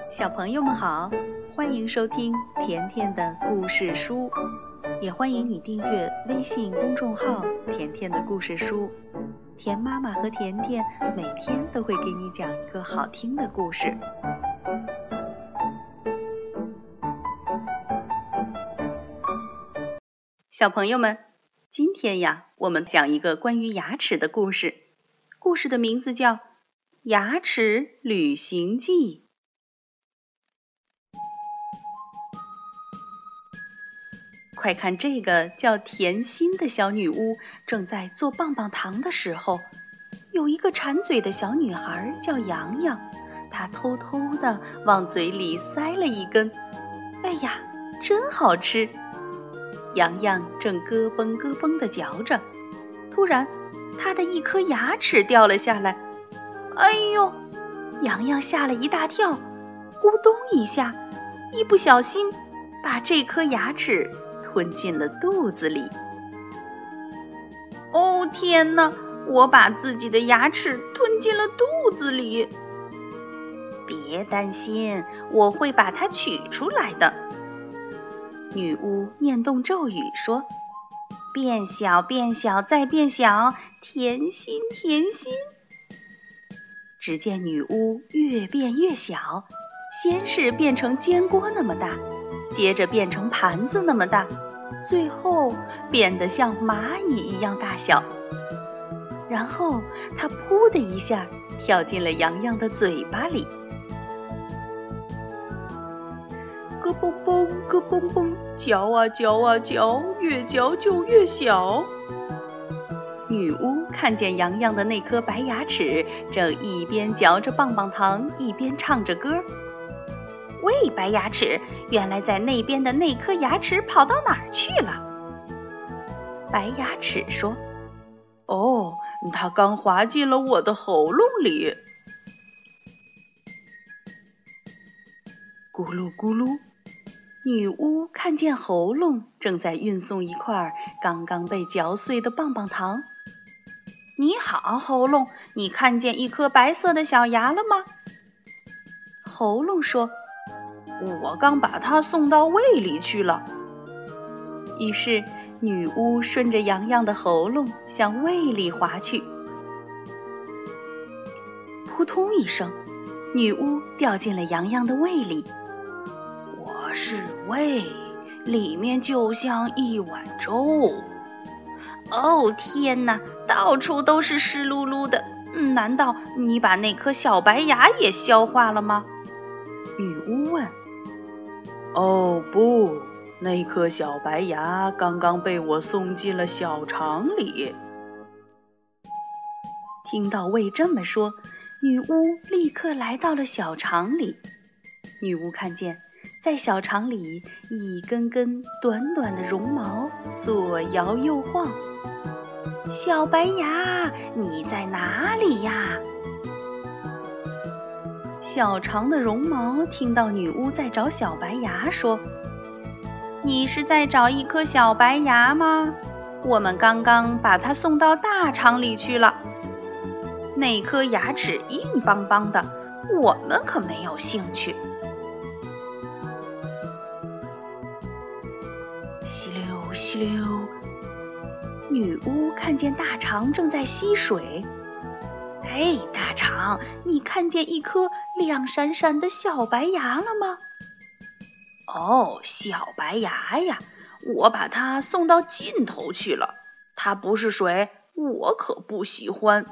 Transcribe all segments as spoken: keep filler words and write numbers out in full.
小朋友们好，欢迎收听甜甜的故事书，也欢迎你订阅微信公众号甜甜的故事书。甜妈妈和甜甜每天都会给你讲一个好听的故事。小朋友们，今天呀，我们讲一个关于牙齿的故事。故事的名字叫《牙齿旅行记》。快看，这个叫甜心的小女巫正在做棒棒糖的时候，有一个馋嘴的小女孩叫洋洋，她偷偷地往嘴里塞了一根。哎呀，真好吃！洋洋正咯嘣咯嘣地嚼着，突然她的一颗牙齿掉了下来。哎呦！洋洋吓了一大跳，咕咚一下，一不小心把这颗牙齿吞进了肚子里。哦天哪，我把自己的牙齿吞进了肚子里。别担心，我会把它取出来的。女巫念动咒语说，变小变小再变小，甜心甜心。只见女巫越变越小，先是变成煎锅那么大，接着变成盘子那么大，最后变得像蚂蚁一样大小。然后它噗的一下跳进了洋洋的嘴巴里。咯嘣嘣咯嘣嘣，嚼啊嚼啊嚼，越嚼就越小。女巫看见洋洋的那颗白牙齿正一边嚼着棒棒糖一边唱着歌。喂，白牙齿，原来在那边的那颗牙齿跑到哪儿去了？白牙齿说，哦，它刚滑进了我的喉咙里。咕噜咕噜，女巫看见喉咙正在运送一块刚刚被嚼碎的棒棒糖。你好，喉咙，你看见一颗白色的小牙了吗？喉咙说，我刚把它送到胃里去了。于是女巫顺着洋洋的喉咙向胃里滑去。扑通一声，女巫掉进了洋洋的胃里。我是胃，里面就像一碗粥。哦天哪，到处都是湿漉漉的，难道你把那颗小白牙也消化了吗？女巫问。哦不，那颗小白牙刚刚被我送进了小肠里。听到胃这么说，女巫立刻来到了小肠里。女巫看见在小肠里一根根短短的绒毛左摇右晃。小白牙，你在哪里呀？小长的绒毛听到女巫在找小白牙，说，你是在找一颗小白牙吗？我们刚刚把它送到大肠里去了。那颗牙齿硬邦邦的，我们可没有兴趣。吸溜吸溜，女巫看见大肠正在吸水。嘿，大肠，你看见一颗亮闪闪的小白牙了吗？哦，小白牙呀，我把它送到尽头去了。它不是水，我可不喜欢。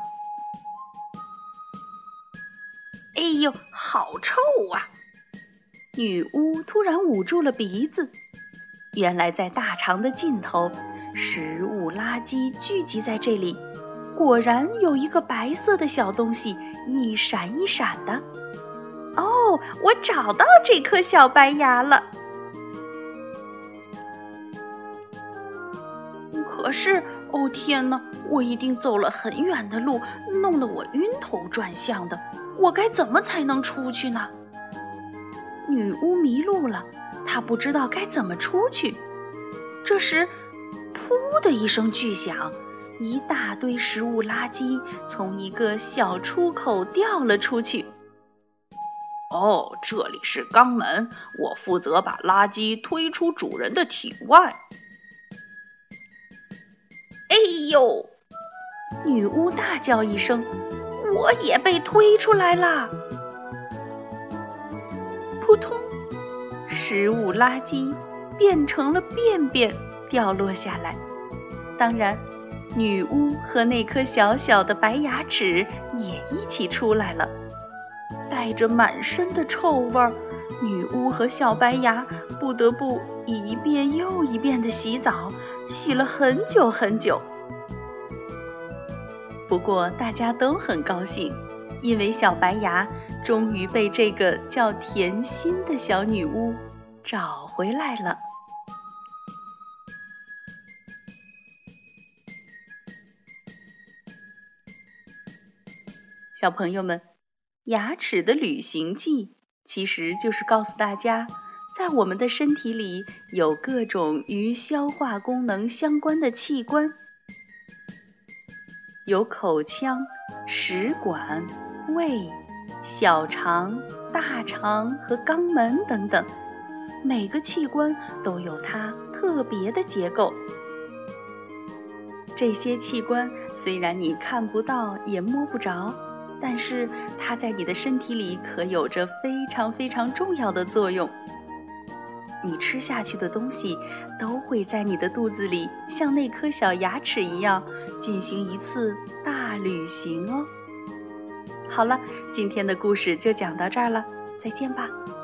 哎呦，好臭啊！女巫突然捂住了鼻子。原来在大肠的尽头，食物垃圾聚集在这里，果然有一个白色的小东西，一闪一闪的。哦，我找到这颗小白牙了。可是，哦天哪，我一定走了很远的路，弄得我晕头转向的，我该怎么才能出去呢？女巫迷路了，她不知道该怎么出去。这时，噗的一声巨响，一大堆食物垃圾从一个小出口掉了出去。 哦，这里是肛门，我负责把垃圾推出主人的体外。哎呦！女巫大叫一声，我也被推出来啦！扑通，食物垃圾变成了便便掉落下来。当然，女巫和那颗小小的白牙齿也一起出来了。带着满身的臭味儿，女巫和小白牙不得不一遍又一遍地洗澡，洗了很久很久。不过大家都很高兴，因为小白牙终于被这个叫甜心的小女巫找回来了。小朋友们，牙齿的旅行记其实就是告诉大家，在我们的身体里有各种与消化功能相关的器官，有口腔、食管、胃、小肠、大肠和肛门等等，每个器官都有它特别的结构。这些器官虽然你看不到也摸不着，但是它在你的身体里可有着非常非常重要的作用。你吃下去的东西都会在你的肚子里像那颗小牙齿一样进行一次大旅行哦。好了，今天的故事就讲到这儿了，再见吧。